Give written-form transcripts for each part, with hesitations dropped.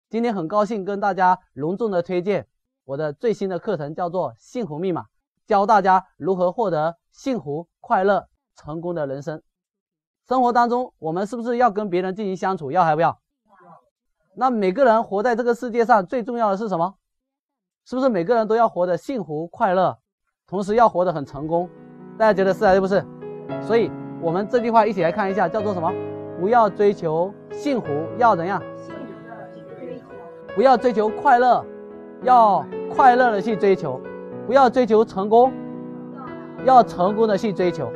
今天很高兴跟大家隆重的推荐我的最新的课程，叫做幸福密码，教大家如何获得幸福、快乐、成功的人生。生活当中，我们是不是要跟别人进行相处？要还不要？那每个人活在这个世界上，最重要的是什么？是不是每个人都要活得幸福、快乐，同时要活得很成功？大家觉得是还是不是？所以我们这句话一起来看一下，叫做什么？不要追求幸福，要怎样？不要追求快乐，要快乐的去追求；不要追求成功，要成功的去追求。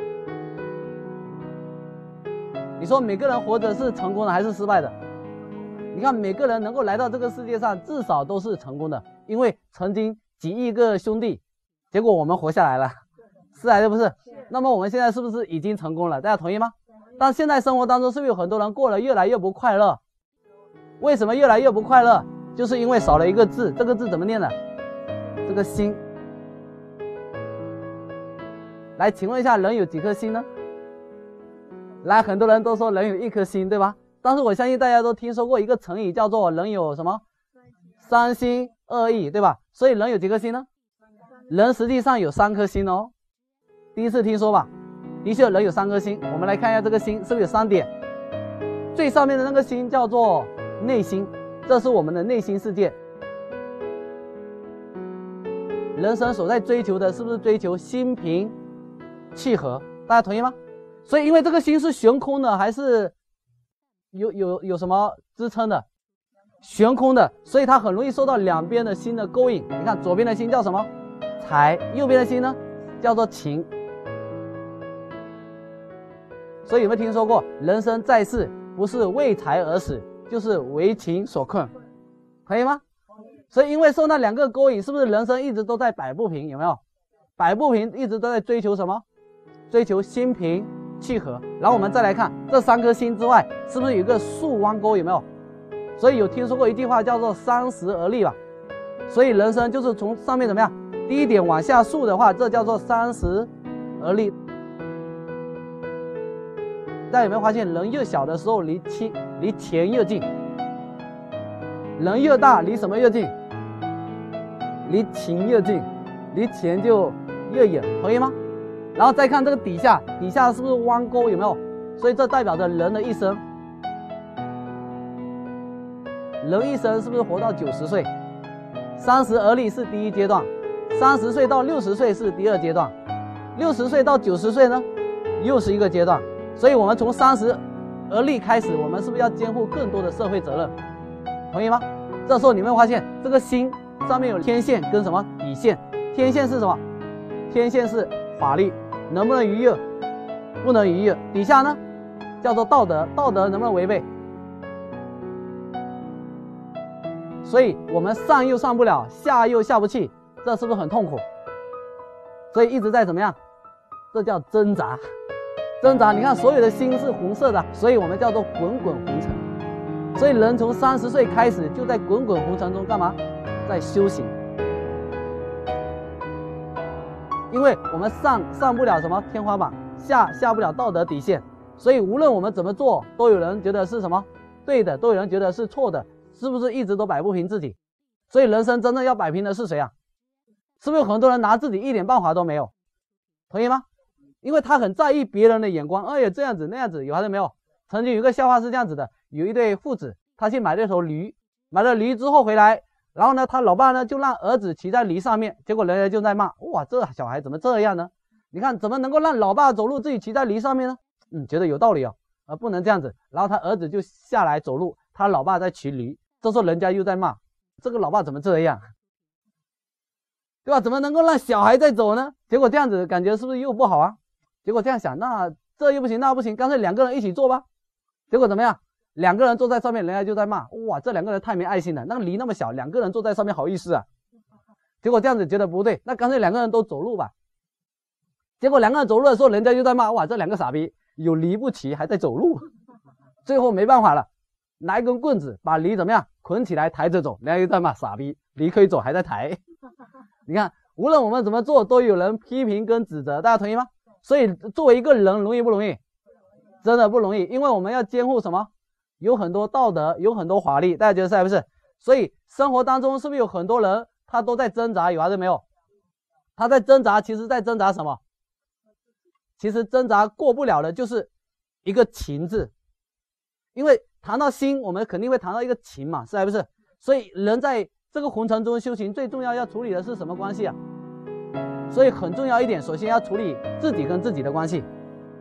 你说每个人活着是成功的还是失败的？你看每个人能够来到这个世界上，至少都是成功的，因为曾经几亿个兄弟，结果我们活下来了，是还是不是？那么我们现在是不是已经成功了？大家同意吗？但现在生活当中是不是有很多人过得越来越不快乐？为什么越来越不快乐？就是因为少了一个字，这个字怎么念的？这个心。来，请问一下，人有几颗心呢？来，很多人都说人有一颗心，对吧？但是我相信大家都听说过一个成语，叫做人有什么？三心二意，对吧？所以人有几颗心呢？人实际上有3颗心哦。第一次听说吧？的确，人有3颗心。我们来看一下这个心是不是有3点？最上面的那个心叫做内心，这是我们的内心世界。人生所在追求的是不是追求心平气和？大家同意吗？所以因为这个心是悬空的，还是有什么支撑的？悬空的，所以它很容易受到两边的心的勾引。你看左边的心叫什么？财，右边的心呢叫做情。所以有没有听说过，人生在世不是为财而死，就是为情所困，可以吗？所以因为受那2个勾引，是不是人生一直都在摆不平？有没有？摆不平一直都在追求什么？追求心平气和。然后我们再来看这3颗心之外，是不是有一个竖弯钩？有没有？所以有听说过一句话叫做三十而立吧？所以人生就是从上面怎么样？第一点往下竖的话，这叫做三十而立。大家有没有发现，人越小的时候离钱越近，人越大离什么越近？离情越近，离钱就越远，同意吗？然后再看这个底下是不是弯钩？有没有？所以这代表着人的一生，人一生是不是活到90岁？30而立是第一阶段，30岁到60岁是第2阶段，60岁到90岁呢，又是一个阶段。所以我们从30而立开始，我们是不是要肩负更多的社会责任？同意吗？这时候你们会发现，这个心上面有天线跟什么底线？天线是什么？天线是法律，能不能逾越？不能逾越。底下呢，叫做道德，道德能不能违背？所以我们上又上不了，下又下不去，这是不是很痛苦？所以一直在怎么样？这叫挣扎。挣扎，你看所有的心是红色的，所以我们叫做滚滚红尘。所以人从30岁开始就在滚滚红尘中干嘛？在修行。因为我们上不了什么天花板，下不了道德底线，所以无论我们怎么做，都有人觉得是什么对的，都有人觉得是错的，是不是一直都摆不平自己？所以人生真正要摆平的是谁啊？是不是有很多人拿自己一点办法都没有？同意吗？因为他很在意别人的眼光，哎呀这样子那样子，有还是没有？曾经有一个笑话是这样子的，有一对父子，他去买了一头驴，买了驴之后回来，然后呢他老爸呢就让儿子骑在驴上面，结果人家就在骂，哇这小孩怎么这样呢？你看怎么能够让老爸走路，自己骑在驴上面呢？觉得有道理不能这样子。然后他儿子就下来走路，他老爸在骑驴，这时候人家又在骂，这个老爸怎么这样？对吧？怎么能够让小孩在走呢？结果这样子感觉是不是又不好啊？结果这样想，那这又不行那不行，干脆2个人一起坐吧。结果怎么样？2个人坐在上面，人家就在骂，哇这2个人太没爱心了，那个梨那么小，2个人坐在上面好意思啊？结果这样子觉得不对，那干脆2个人都走路吧。结果2个人走路的时候，人家就在骂，哇这2个傻逼，有梨不骑还在走路。最后没办法了，拿一根棍子把梨怎么样捆起来抬着走，人家就在骂傻逼，梨可以走还在抬。你看无论我们怎么做，都有人批评跟指责，大家同意吗？所以作为一个人容易不容易？真的不容易，因为我们要肩负什么？ 有很多道德，有很多法律，大家觉得是不是？所以生活当中是不是有很多人他都在挣扎，有还是没有？他在挣扎，其实在挣扎什么？其实挣扎过不了的就是一个情字，因为谈到心，我们肯定会谈到一个情嘛，是还不是？所以人在这个红尘中修行，最重要要处理的是什么关系啊？所以很重要一点，首先要处理自己跟自己的关系。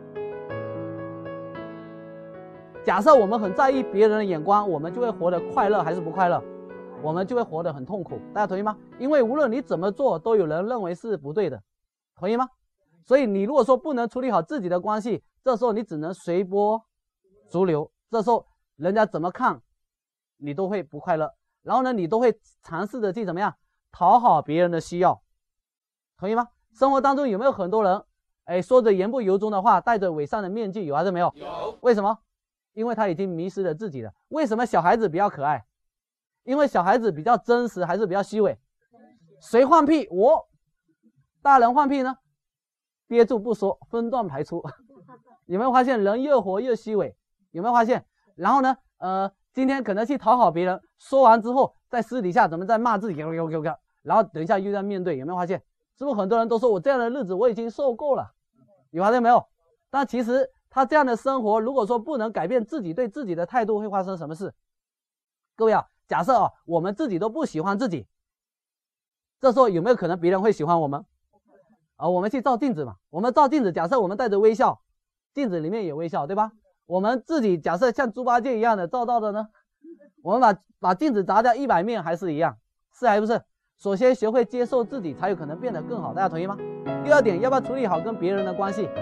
假设我们很在意别人的眼光，我们就会活得快乐还是不快乐？我们就会活得很痛苦。大家同意吗？因为无论你怎么做，都有人认为是不对的，同意吗？所以你如果说不能处理好自己的关系，这时候你只能随波逐流，这时候人家怎么看你都会不快乐，然后呢你都会尝试着去怎么样讨好别人的需要，同意吗？生活当中有没有很多人说着言不由衷的话，戴着伪善的面具，有还是没有？有。为什么？因为他已经迷失了自己了。为什么小孩子比较可爱？因为小孩子比较真实还是比较虚伪？谁放屁？我。大人放屁呢？憋住不说，分段排出。有没有发现人越活越虚伪？有没有发现？然后呢今天可能去讨好别人，说完之后在私底下怎么在骂自己，然后等一下又在面对，有没有发现？是不是很多人都说我这样的日子我已经受够了？有发现没有？但其实他这样的生活，如果说不能改变自己对自己的态度，会发生什么事？各位啊，假设我们自己都不喜欢自己，这时候有没有可能别人会喜欢我们？我们去照镜子嘛，我们照镜子，假设我们带着微笑，镜子里面有微笑，对吧？我们自己假设像猪八戒一样的照到的呢，我们把镜子砸掉100面还是一样，是还不是？首先学会接受自己，才有可能变得更好，大家同意吗？第二点，要不要处理好跟别人的关系？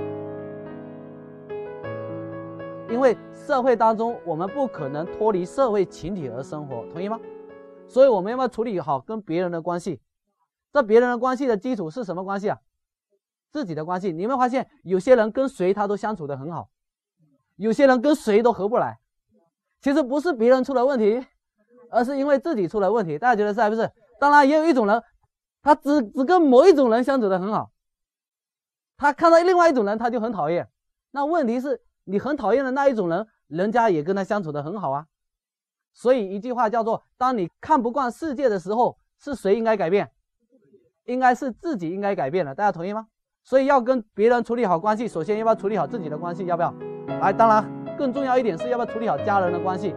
因为社会当中我们不可能脱离社会群体而生活，同意吗？所以我们要不要处理好跟别人的关系？这别人的关系的基础是什么关系啊？自己的关系。你有没有发现有些人跟谁他都相处得很好，有些人跟谁都合不来？其实不是别人出了问题，而是因为自己出了问题，大家觉得是还不是？当然也有一种人，他只跟某一种人相处得很好，他看到另外一种人他就很讨厌。那问题是你很讨厌的那一种人，人家也跟他相处得很好啊。所以一句话叫做，当你看不惯世界的时候，是谁应该改变？应该是自己应该改变的，大家同意吗？所以要跟别人处理好关系，首先要不要处理好自己的关系？要不要？来，当然更重要一点是要不要处理好家人的关系。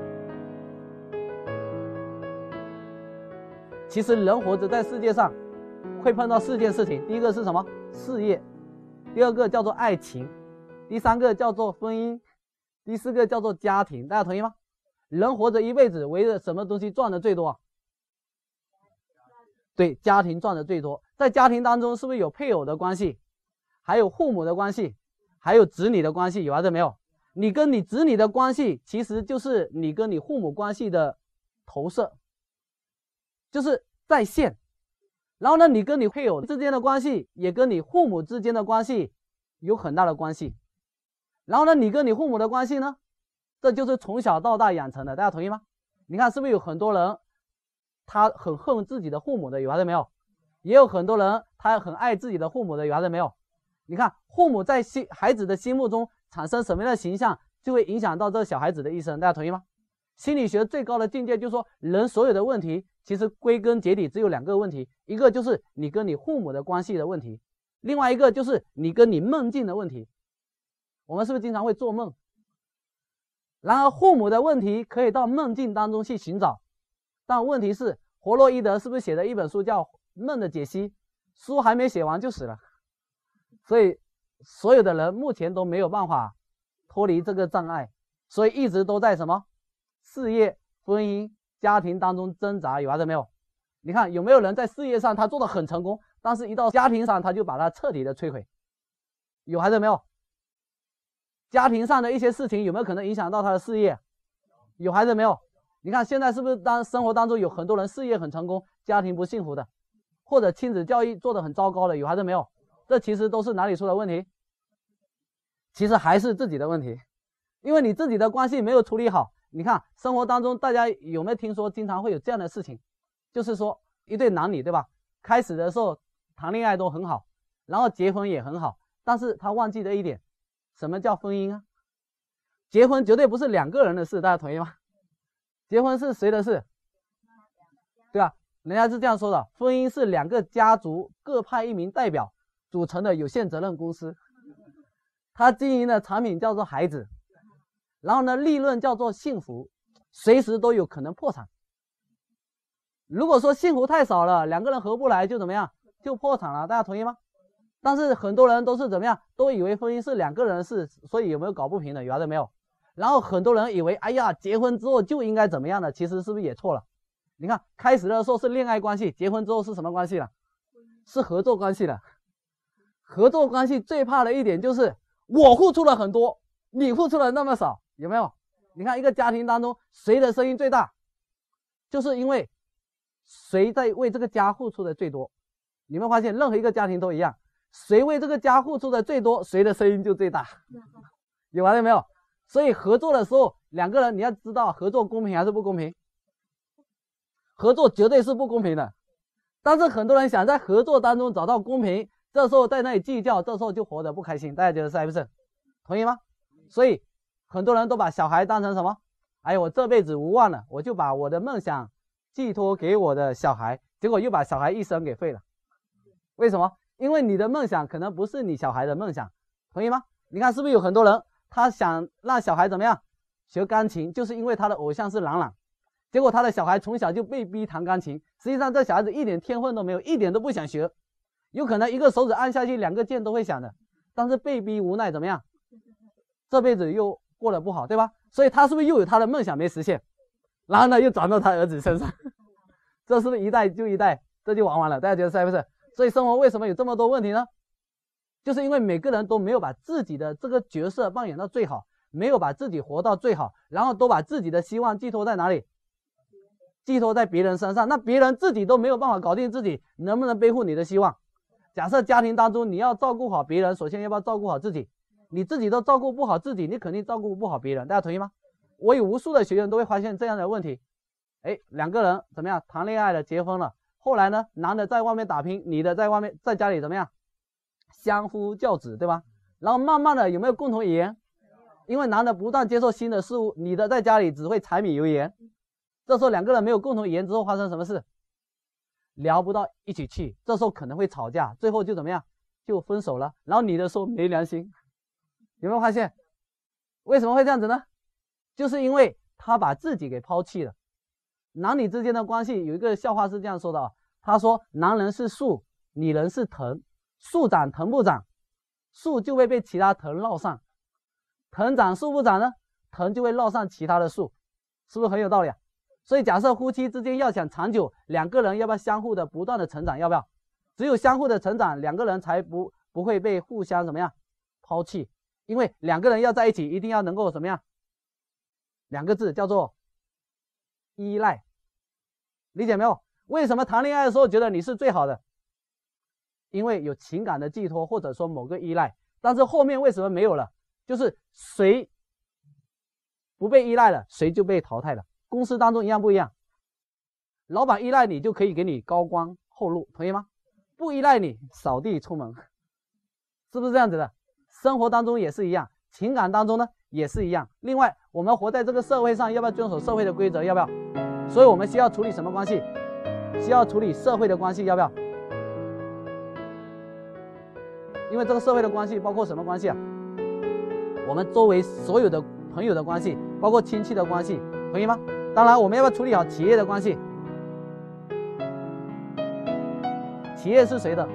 其实人活着在世界上会碰到4件事情，第一个是什么？事业，第二个叫做爱情，第三个叫做婚姻，第四个叫做家庭，大家同意吗？人活着一辈子围着什么东西转的最多？对，家庭赚的最多。在家庭当中是不是有配偶的关系，还有父母的关系，还有子女的关系，有还是没有？你跟你子女的关系其实就是你跟你父母关系的投射，就是再现。然后呢，你跟你配偶之间的关系也跟你父母之间的关系有很大的关系。然后呢，你跟你父母的关系呢，这就是从小到大养成的，大家同意吗？你看是不是有很多人他很恨自己的父母的，有还是没有？也有很多人他很爱自己的父母的，有还是没有？你看父母在孩子的心目中产生什么样的形象，就会影响到这个小孩子的一生，大家同意吗？心理学最高的境界就是说，人所有的问题其实归根结底只有2个问题，一个就是你跟你父母的关系的问题，另外一个就是你跟你梦境的问题。我们是不是经常会做梦？然而父母的问题可以到梦境当中去寻找，但问题是弗洛伊德是不是写了一本书叫《梦的解析》，书还没写完就死了。所以所有的人目前都没有办法脱离这个障碍，所以一直都在什么事业、婚姻、家庭当中挣扎，有还是没有？你看有没有人在事业上他做得很成功，但是一到家庭上他就把他彻底的摧毁，有还是没有？家庭上的一些事情有没有可能影响到他的事业？有还是没有？你看现在是不是生活当中有很多人事业很成功，家庭不幸福的，或者亲子教育做得很糟糕的，有还是没有？这其实都是哪里出了问题？其实还是自己的问题，因为你自己的关系没有处理好。你看生活当中大家有没有听说经常会有这样的事情，就是说一对男女，对吧？开始的时候谈恋爱都很好，然后结婚也很好，但是他忘记了一点，什么叫婚姻啊？ 结婚绝对不是2个人的事，大家同意吗？结婚是谁的事？对吧？人家是这样说的，婚姻是2个家族各派1名代表组成的有限责任公司，他经营的产品叫做孩子，然后呢，利润叫做幸福，随时都有可能破产。如果说幸福太少了，2个人合不来就怎么样？就破产了，大家同意吗？但是很多人都是怎么样？都以为婚姻是2个人的事，所以有没有搞不平等？有没有？然后很多人以为，哎呀，结婚之后就应该怎么样的？其实是不是也错了？你看，开始的时候是恋爱关系，结婚之后是什么关系了？是合作关系了。合作关系最怕的一点就是我付出了很多，你付出了那么少，有没有？你看一个家庭当中谁的声音最大，就是因为谁在为这个家付出的最多。你们发现任何一个家庭都一样，谁为这个家付出的最多，谁的声音就最大。有完了没有？所以合作的时候2个人你要知道合作公平还是不公平？合作绝对是不公平的，但是很多人想在合作当中找到公平，这时候在那里计较，这时候就活得不开心。大家觉得是还不是？同意吗？所以很多人都把小孩当成什么？哎，我这辈子无望了，我就把我的梦想寄托给我的小孩，结果又把小孩一生给废了。为什么？因为你的梦想可能不是你小孩的梦想，同意吗？你看是不是有很多人他想让小孩怎么样学钢琴，就是因为他的偶像是郎朗，结果他的小孩从小就被逼弹钢琴，实际上这小孩子一点天分都没有，一点都不想学，有可能一个手指按下去2个键都会响的，但是被逼无奈怎么样，这辈子又过得不好，对吧？所以他是不是又有他的梦想没实现，然后呢又转到他儿子身上，这是不是一代就一代，这就玩完了？大家觉得是不是？所以生活为什么有这么多问题呢？就是因为每个人都没有把自己的这个角色扮演到最好，没有把自己活到最好，然后都把自己的希望寄托在哪里？寄托在别人身上，那别人自己都没有办法搞定自己，能不能背负你的希望？假设家庭当中你要照顾好别人，首先要不要照顾好自己？你自己都照顾不好自己，你肯定照顾不好别人，大家同意吗？我有无数的学员都会发现这样的问题，哎，2个人怎么样谈恋爱了，结婚了，后来呢，男的在外面打拼，女的在外面在家里怎么样相夫教子，对吧？然后慢慢的有没有共同语言？因为男的不断接受新的事物，女的在家里只会柴米油盐，这时候2个人没有共同语言之后发生什么事？聊不到一起去，这时候可能会吵架，最后就怎么样？就分手了。然后女的说没良心，有没有发现？为什么会这样子呢？就是因为他把自己给抛弃了。男女之间的关系有一个笑话是这样说的啊，他说男人是树，女人是藤，树长藤不长，树就会被其他藤绕上，藤长树不长呢，藤就会绕上其他的树，是不是很有道理啊？所以假设夫妻之间要想长久，2个人要不要相互的不断的成长？要不要？只有相互的成长，2个人才不会被互相怎么样抛弃。因为2个人要在一起，一定要能够怎么样？2个字叫做依赖，理解没有？为什么谈恋爱的时候觉得你是最好的？因为有情感的寄托，或者说某个依赖。但是后面为什么没有了？就是谁不被依赖了，谁就被淘汰了。公司当中一样不一样？老板依赖你就可以给你高官厚禄，同意吗？不依赖你扫地出门，是不是这样子的？生活当中也是一样，情感当中呢也是一样。另外，我们活在这个社会上，要不要遵守社会的规则？要不要？所以我们需要处理什么关系？需要处理社会的关系，要不要？因为这个社会的关系包括什么关系啊？我们周围所有的朋友的关系，包括亲戚的关系，同意吗？当然，我们要不要处理好企业的关系？企业是谁的？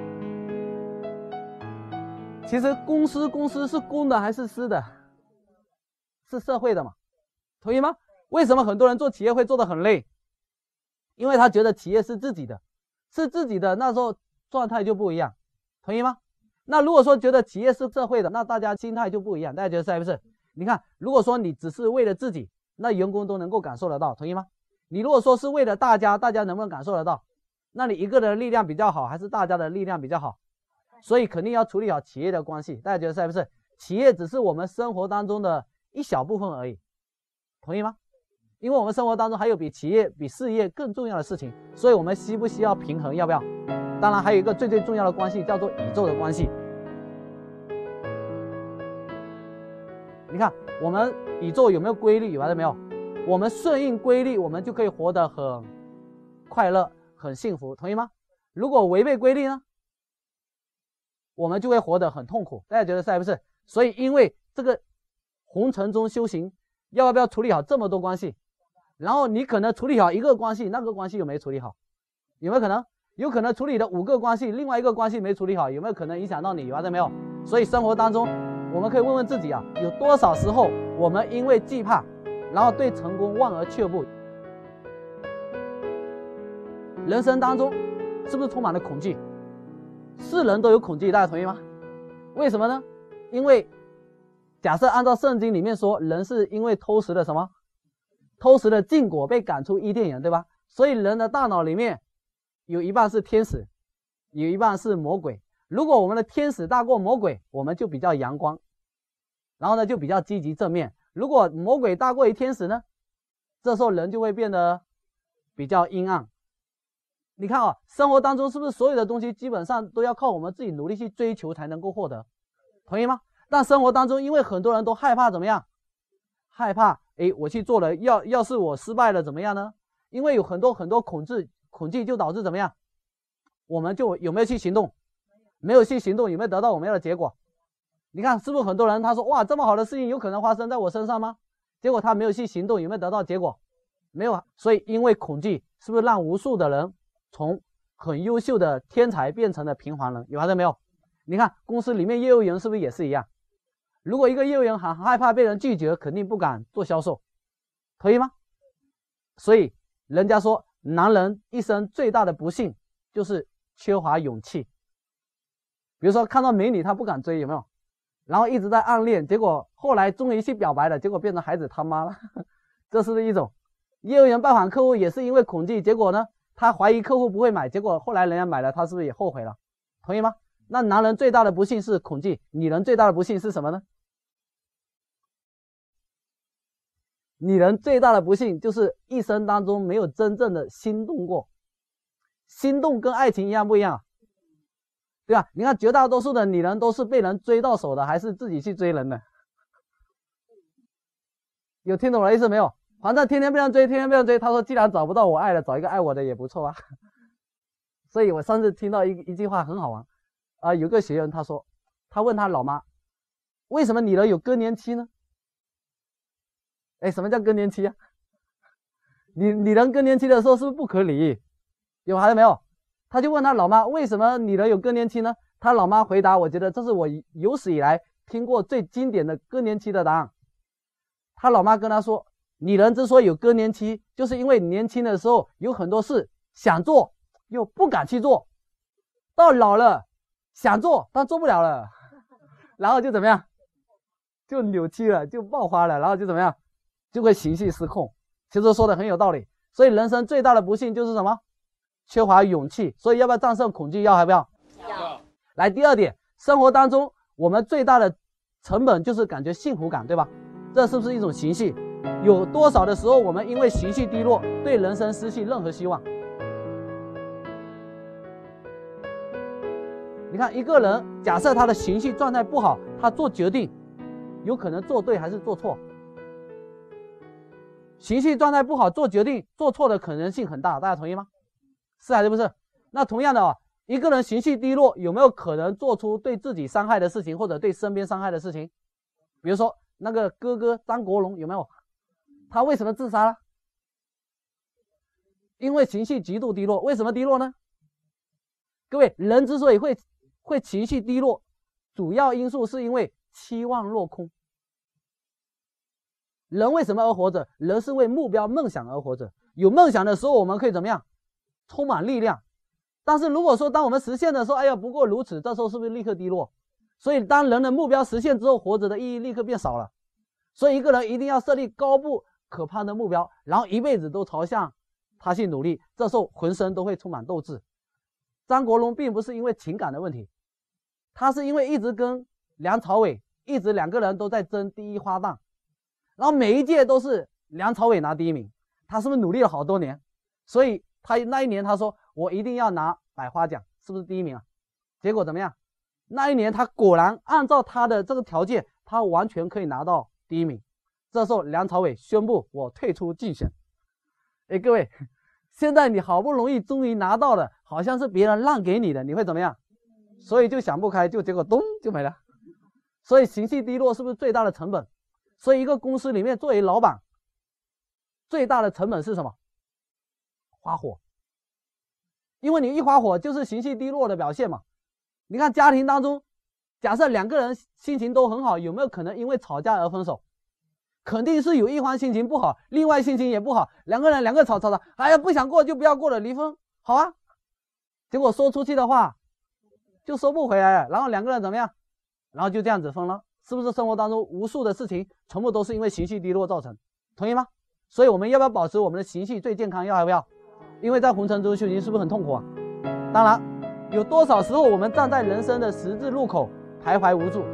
其实公司是公的还是私的？是社会的嘛，同意吗？为什么很多人做企业会做得很累？因为他觉得企业是自己的，是自己的，那时候状态就不一样，同意吗？那如果说觉得企业是社会的，那大家心态就不一样，大家觉得是还不是？你看，如果说你只是为了自己，那员工都能够感受得到，同意吗？你如果说是为了大家，大家能不能感受得到？那你一个人的力量比较好，还是大家的力量比较好？所以肯定要处理好企业的关系，大家觉得是还不是？企业只是我们生活当中的一小部分而已，同意吗？因为我们生活当中还有比企业、比事业更重要的事情，所以我们需不需要平衡？要不要？当然还有一个最重要的关系叫做宇宙的关系。你看看我们宇宙有没有规律？有还是没有？我们顺应规律，我们就可以活得很快乐、很幸福，同意吗？如果违背规律呢，我们就会活得很痛苦。大家觉得是还不是？所以因为这个红尘中修行，要不要处理好这么多关系？然后你可能处理好一个关系，那个关系又没处理好，有没有可能？有可能处理的5个关系，另外一个关系没处理好，有没有可能影响到你？有还是没有？所以生活当中，我们可以问问自己啊，有多少时候我们因为惧怕，然后对成功望而却步？人生当中是不是充满了恐惧？是人都有恐惧，大家同意吗？为什么呢？因为假设按照圣经里面说，人是因为偷食的什么？偷食的禁果被赶出伊甸园，对吧？所以人的大脑里面有一半是天使，有一半是魔鬼。如果我们的天使大过魔鬼，我们就比较阳光，然后呢就比较积极正面。如果魔鬼大过于天使呢，这时候人就会变得比较阴暗。你看啊，生活当中是不是所有的东西基本上都要靠我们自己努力去追求才能够获得？同意吗？但生活当中，因为很多人都害怕怎么样？害怕，我去做了，要是我失败了怎么样呢？因为有很多恐惧就导致怎么样？我们就有没有去行动？没有去行动，有没有得到我们要的结果？你看是不是很多人他说哇，这么好的事情有可能发生在我身上吗？结果他没有去行动，有没有得到结果？没有啊。所以因为恐惧，是不是让无数的人从很优秀的天才变成了平凡人？有还是没有？你看公司里面业务员是不是也是一样？如果一个业务员很害怕被人拒绝，肯定不敢做销售，同意吗？所以人家说男人一生最大的不幸就是缺乏勇气。比如说看到美女他不敢追，有没有？然后一直在暗恋，结果后来终于去表白了，结果变成孩子他妈了这是一种。业务员拜访客户也是因为恐惧，结果呢他怀疑客户不会买，结果后来人家买了，他是不是也后悔了？同意吗？那男人最大的不幸是恐惧，女人最大的不幸是什么呢？女人最大的不幸就是一生当中没有真正的心动过。心动跟爱情一样不一样？对吧？你看绝大多数的女人都是被人追到手的，还是自己去追人的？有听懂我的意思没有？反正天天被人追，天天被人追，他说既然找不到我爱了，找一个爱我的也不错啊。所以我上次听到一句话很好玩有个学员他说，他问他老妈，为什么女人有更年期呢？什么叫更年期啊？女人更年期的时候是不是不可理？有还是没有？他就问他老妈，为什么女人有更年期呢？他老妈回答，我觉得这是我有史以来听过最经典的更年期的答案。他老妈跟他说，女人之所以有更年期，就是因为年轻的时候有很多事想做又不敢去做，到老了想做但做不了了，然后就怎么样？就扭曲了，就爆发了，然后就怎么样？就会情绪失控。其实说的很有道理。所以人生最大的不幸就是什么？缺乏勇气。所以要不要战胜恐惧？要还不要？ 要。 来，第二点，生活当中我们最大的成本就是感觉幸福感，对吧？这是不是一种情绪？有多少的时候我们因为情绪低落，对人生失去任何希望？你看一个人，假设他的情绪状态不好，他做决定有可能做对还是做错？情绪状态不好，做决定做错的可能性很大，大家同意吗？是还是不是？那同样的一个人情绪低落，有没有可能做出对自己伤害的事情，或者对身边伤害的事情？比如说那个哥哥张国荣，有没有？他为什么自杀了？因为情绪极度低落。为什么低落呢？各位，人之所以会情绪低落，主要因素是因为期望落空。人为什么而活着？人是为目标梦想而活着。有梦想的时候我们可以怎么样？充满力量。但是如果说当我们实现的时候，哎呀不过如此，这时候是不是立刻低落？所以当人的目标实现之后，活着的意义立刻变少了。所以一个人一定要设立高不可攀的目标，然后一辈子都朝向他去努力，这时候浑身都会充满斗志。张国荣并不是因为情感的问题，他是因为一直跟梁朝伟一直两个人都在争第一花旦，然后每一届都是梁朝伟拿第一名，他是不是努力了好多年？所以他那一年他说我一定要拿百花奖，是不是第一名啊？结果怎么样？那一年他果然按照他的这个条件，他完全可以拿到第1名。这时候梁朝伟宣布我退出竞选。各位，现在你好不容易终于拿到了，好像是别人让给你的，你会怎么样？所以就想不开，结果咚就没了。所以情绪低落是不是最大的成本？所以一个公司里面作为老板，最大的成本是什么？花火。因为你一花火就是情绪低落的表现嘛。你看家庭当中，假设2个人心情都很好，有没有可能因为吵架而分手？肯定是有一方心情不好，另外心情也不好，两个吵，哎呀不想过就不要过了，离婚好啊。结果说出去的话就收不回来了，然后2个人怎么样？然后就这样子分了，是不是生活当中无数的事情全部都是因为情绪低落造成？同意吗？所以我们要不要保持我们的情绪最健康？要不要？因为在红尘中修行是不是很痛苦啊？当然，有多少时候我们站在人生的十字路口徘徊无助？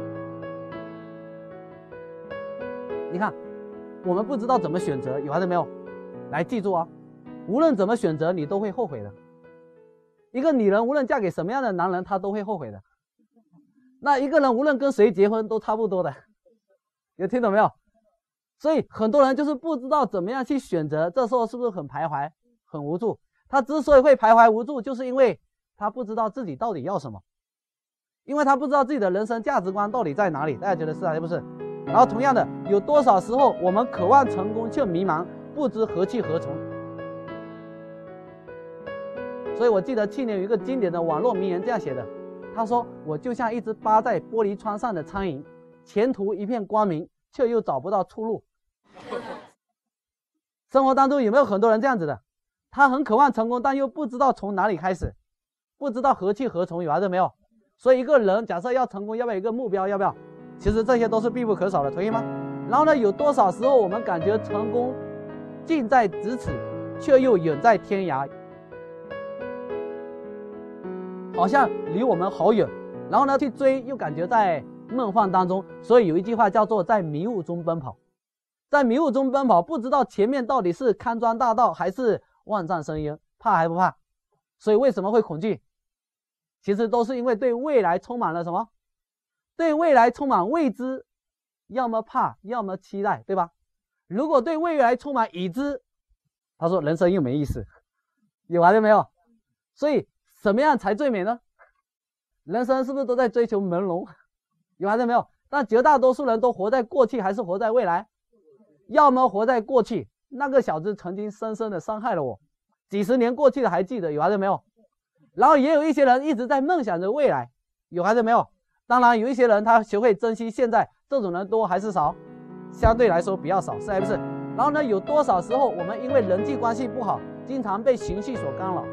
你看，我们不知道怎么选择，有还是没有？来，记住啊，无论怎么选择，你都会后悔的。一个女人无论嫁给什么样的男人，她都会后悔的。那一个人无论跟谁结婚都差不多的，有听懂没有？所以很多人就是不知道怎么样去选择，这时候是不是很徘徊、很无助？他之所以会徘徊无助，就是因为他不知道自己到底要什么，因为他不知道自己的人生价值观到底在哪里。大家觉得是还是不是？然后同样的，有多少时候我们渴望成功却迷茫，不知何去何从？所以我记得去年有一个经典的网络名言这样写的，他说：“我就像一只扒在玻璃窗上的苍蝇，前途一片光明，却又找不到出路。”生活当中有没有很多人这样子的？他很渴望成功，但又不知道从哪里开始，不知道何去何从，有还是没有？所以一个人假设要成功，要不要有一个目标？要不要？其实这些都是必不可少的，同意吗？然后呢，有多少时候我们感觉成功近在咫尺，却又远在天涯，好像离我们好远，然后呢去追又感觉在梦幻当中。所以有一句话叫做在迷雾中奔跑，在迷雾中奔跑，不知道前面到底是康庄大道还是万丈深渊，怕还不怕？所以为什么会恐惧？其实都是因为对未来充满了什么？对未来充满未知，要么怕，要么期待，对吧？如果对未来充满已知，他说人生又没意思，有还是没有？所以什么样才最美呢？人生是不是都在追求朦胧？有还是没有？但绝大多数人都活在过去还是活在未来？要么活在过去，那个小子曾经深深的伤害了我，几十年过去了还记得，有还是没有？然后也有一些人一直在梦想着未来，有还是没有？当然有一些人他学会珍惜现在，这种人多还是少？相对来说比较少，是还不是？然后呢，有多少时候我们因为人际关系不好，经常被情绪所干扰？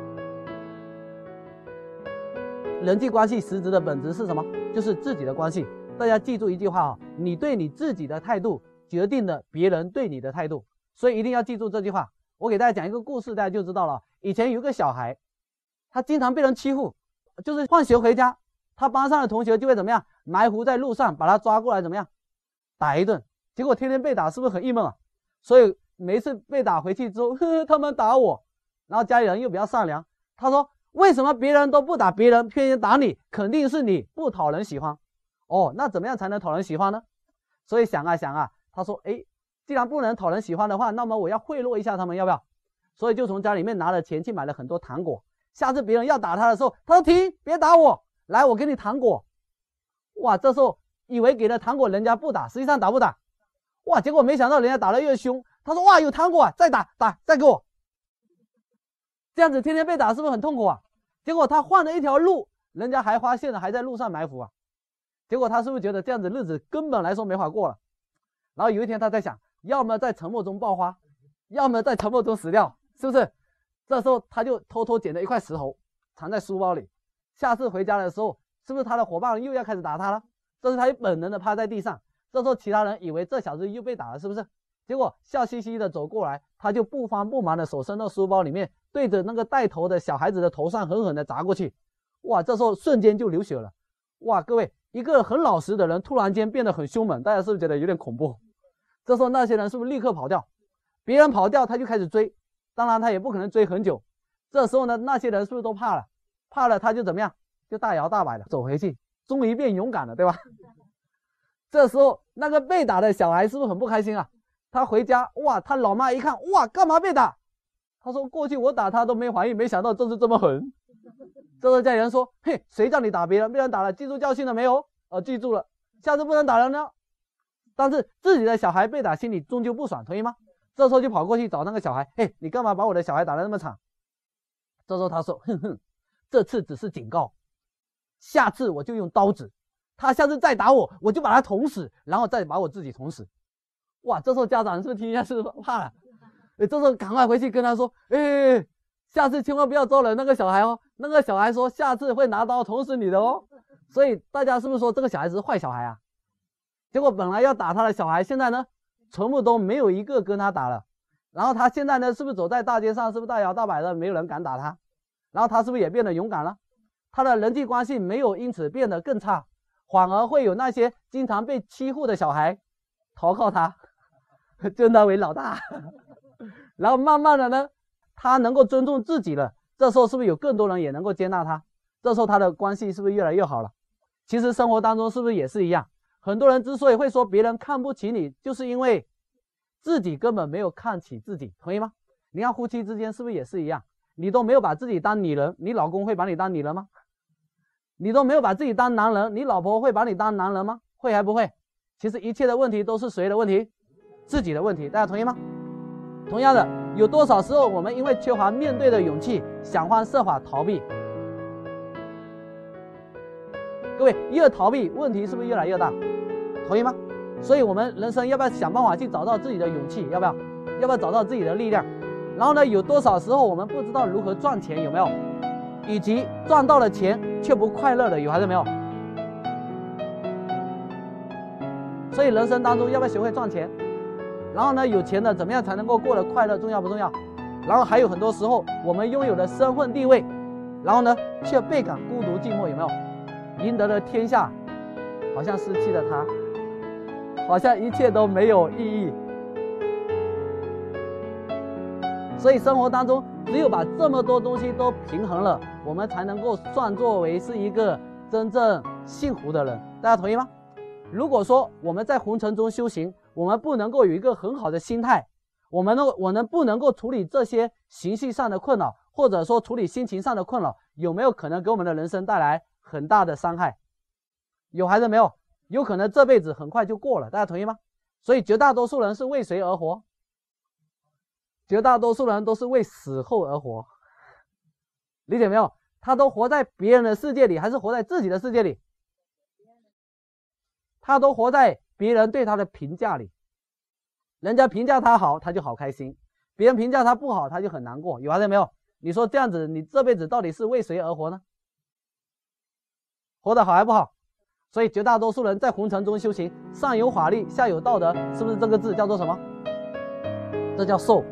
人际关系实质的本质是什么？就是自己的关系。大家记住一句话啊，你对你自己的态度决定了别人对你的态度，所以一定要记住这句话。我给大家讲一个故事，大家就知道了。以前有一个小孩，他经常被人欺负，就是放学回家，他班上的同学就会怎么样，埋伏在路上把他抓过来怎么样，打一顿。结果天天被打，是不是很郁闷啊？所以每一次被打回去之后，他们打我，然后家里人又比较善良，他说为什么别人都不打别人，偏偏打你？肯定是你不讨人喜欢。哦，那怎么样才能讨人喜欢呢？所以想啊想啊，他说既然不能讨人喜欢的话，那么我要贿赂一下他们，要不要？所以就从家里面拿了钱去买了很多糖果，下次别人要打他的时候，他说停，别打我，来我给你糖果。哇，这时候以为给了糖果人家不打，实际上打不打？哇，结果没想到人家打得越凶，他说哇有糖果啊，再打再给我。这样子天天被打是不是很痛苦啊？结果他换了一条路，人家还发现了，还在路上埋伏啊。结果他是不是觉得这样子日子根本来说没法过了？然后有一天他在想，要么在沉默中爆发，要么在沉默中死掉，是不是？这时候他就偷偷捡了一块石头藏在书包里，下次回家的时候，是不是他的伙伴又要开始打他了？这是他本能的趴在地上。这时候其他人以为这小子又被打了，是不是？结果笑嘻嘻的走过来，他就不慌不忙的手伸到书包里面，对着那个带头的小孩子的头上狠狠的砸过去。哇，这时候瞬间就流血了。哇，各位，一个很老实的人突然间变得很凶猛，大家是不是觉得有点恐怖？这时候那些人是不是立刻跑掉？别人跑掉他就开始追，当然他也不可能追很久。这时候呢，那些人是不是都怕了？怕了他就怎么样？就大摇大摆的走回去，终于变勇敢了，对吧？这时候那个被打的小孩是不是很不开心啊？他回家，哇，他老妈一看，哇，干嘛被打？他说过去我打他都没反应，没想到这次这么狠。这时候家里人说，嘿，谁叫你打别人？被人打了，记住教训了没有？记住了，下次不能打人了。但是自己的小孩被打，心里终究不爽，同意吗？这时候就跑过去找那个小孩，嘿，你干嘛把我的小孩打得那么惨？这时候他说，哼哼，这次只是警告，下次我就用刀子，他下次再打我，我就把他捅死，然后再把我自己捅死。哇，这时候家长是不是听一下是不是怕了？这时候赶快回去跟他说，下次千万不要招惹那个小孩哦。那个小孩说下次会拿刀捅死你的哦。所以大家是不是说这个小孩子是坏小孩啊？结果本来要打他的小孩，现在呢，全部都没有一个跟他打了。然后他现在呢，是不是走在大街上，是不是大摇大摆的，没有人敢打他？然后他是不是也变得勇敢了？他的人际关系没有因此变得更差，反而会有那些经常被欺负的小孩投靠他，尊他为老大。然后慢慢的呢，他能够尊重自己了，这时候是不是有更多人也能够接纳他？这时候他的关系是不是越来越好了？其实生活当中是不是也是一样？很多人之所以会说别人看不起你，就是因为自己根本没有看起自己，同意吗？你看夫妻之间是不是也是一样？你都没有把自己当女人，你老公会把你当女人吗？你都没有把自己当男人，你老婆会把你当男人吗？会还不会？其实一切的问题都是谁的问题？自己的问题，大家同意吗？同样的，有多少时候我们因为缺乏面对的勇气，想方设法逃避？各位，越逃避，问题是不是越来越大？同意吗？所以我们人生要不要想办法去找到自己的勇气？要不要找到自己的力量？然后呢，有多少时候我们不知道如何赚钱？有没有？以及赚到了钱却不快乐的，有还是没有？所以人生当中要不要学会赚钱？然后呢，有钱的怎么样才能够过得快乐？重要不重要？然后还有很多时候我们拥有的身份地位，然后呢却倍感孤独寂寞，有没有？赢得了天下，好像失去了他，好像一切都没有意义。所以生活当中只有把这么多东西都平衡了，我们才能够算作为是一个真正幸福的人。大家同意吗？如果说我们在红尘中修行，我们不能够有一个很好的心态，我们不能够处理这些形式上的困扰，或者说处理心情上的困扰，有没有可能给我们的人生带来很大的伤害？有还是没有？有可能这辈子很快就过了，大家同意吗？所以绝大多数人是为谁而活？绝大多数人都是为死后而活，理解没有？他都活在别人的世界里，还是活在自己的世界里？他都活在别人对他的评价里，人家评价他好，他就好开心；别人评价他不好，他就很难过。有还是没有？你说这样子，你这辈子到底是为谁而活呢？活得好还不好？所以绝大多数人在红尘中修行，上有法律，下有道德，是不是这个字叫做什么？这叫受。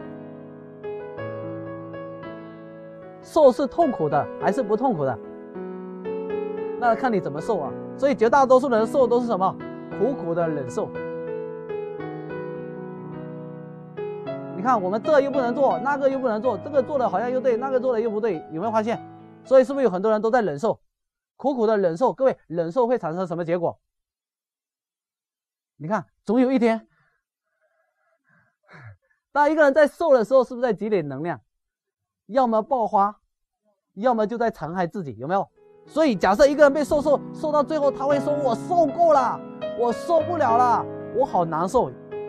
受是痛苦的还是不痛苦的？那看你怎么受啊。所以绝大多数人受都是什么？苦苦的忍受。你看我们这又不能做，那个又不能做，这个做的好像又对，那个做的又不对，有没有发现？所以是不是有很多人都在忍受，苦苦的忍受？各位，忍受会产生什么结果？你看总有一天，当一个人在受的时候，是不是在积累能量？要么爆发，要么就在残害自己，有没有？所以假设一个人被受到最后，他会说我受够了，我受不了了，我好难受。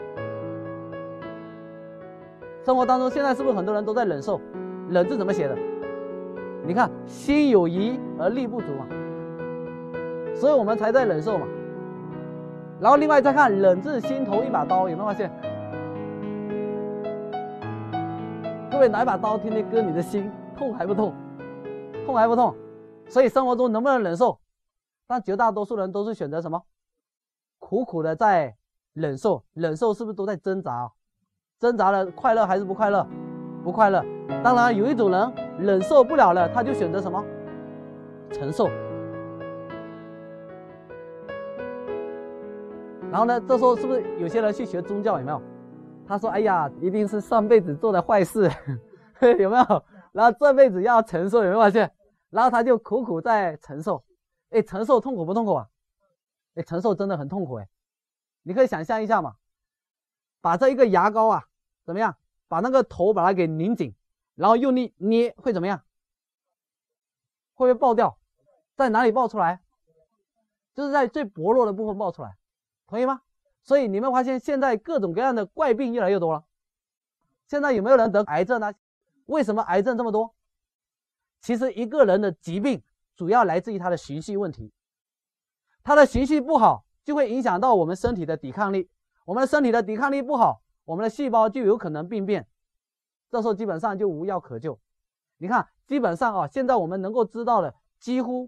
生活当中现在是不是很多人都在忍受？忍字怎么写的？你看心有余而力不足嘛，所以我们才在忍受嘛。然后另外再看忍字心头一把刀，有没有发现？各位，拿一把刀天天割你的心，痛还不痛？痛还不痛？所以生活中能不能忍受？但绝大多数人都是选择什么？苦苦的在忍受，忍受是不是都在挣扎？挣扎了，快乐还是不快乐？不快乐。当然有一种人忍受不了了，他就选择什么？承受。然后呢，这时候是不是有些人去学宗教？有没有？他说：“哎呀，一定是上辈子做的坏事，有没有？然后这辈子要承受，有没有发现？然后他就苦苦在承受。承受痛苦不痛苦啊？承受真的很痛苦你可以想象一下嘛，把这一个牙膏啊，怎么样？把那个头把它给拧紧，然后用力捏，会怎么样？会不会爆掉？在哪里爆出来？就是在最薄弱的部分爆出来，同意吗？所以你们发现现在各种各样的怪病越来越多了。现在有没有人得癌症呢？为什么癌症这么多？其实一个人的疾病主要来自于他的循序问题，他的循序不好，就会影响到我们身体的抵抗力。我们的身体的抵抗力不好，我们的细胞就有可能病变，这时候基本上就无药可救。你看，基本上啊，现在我们能够知道的，几乎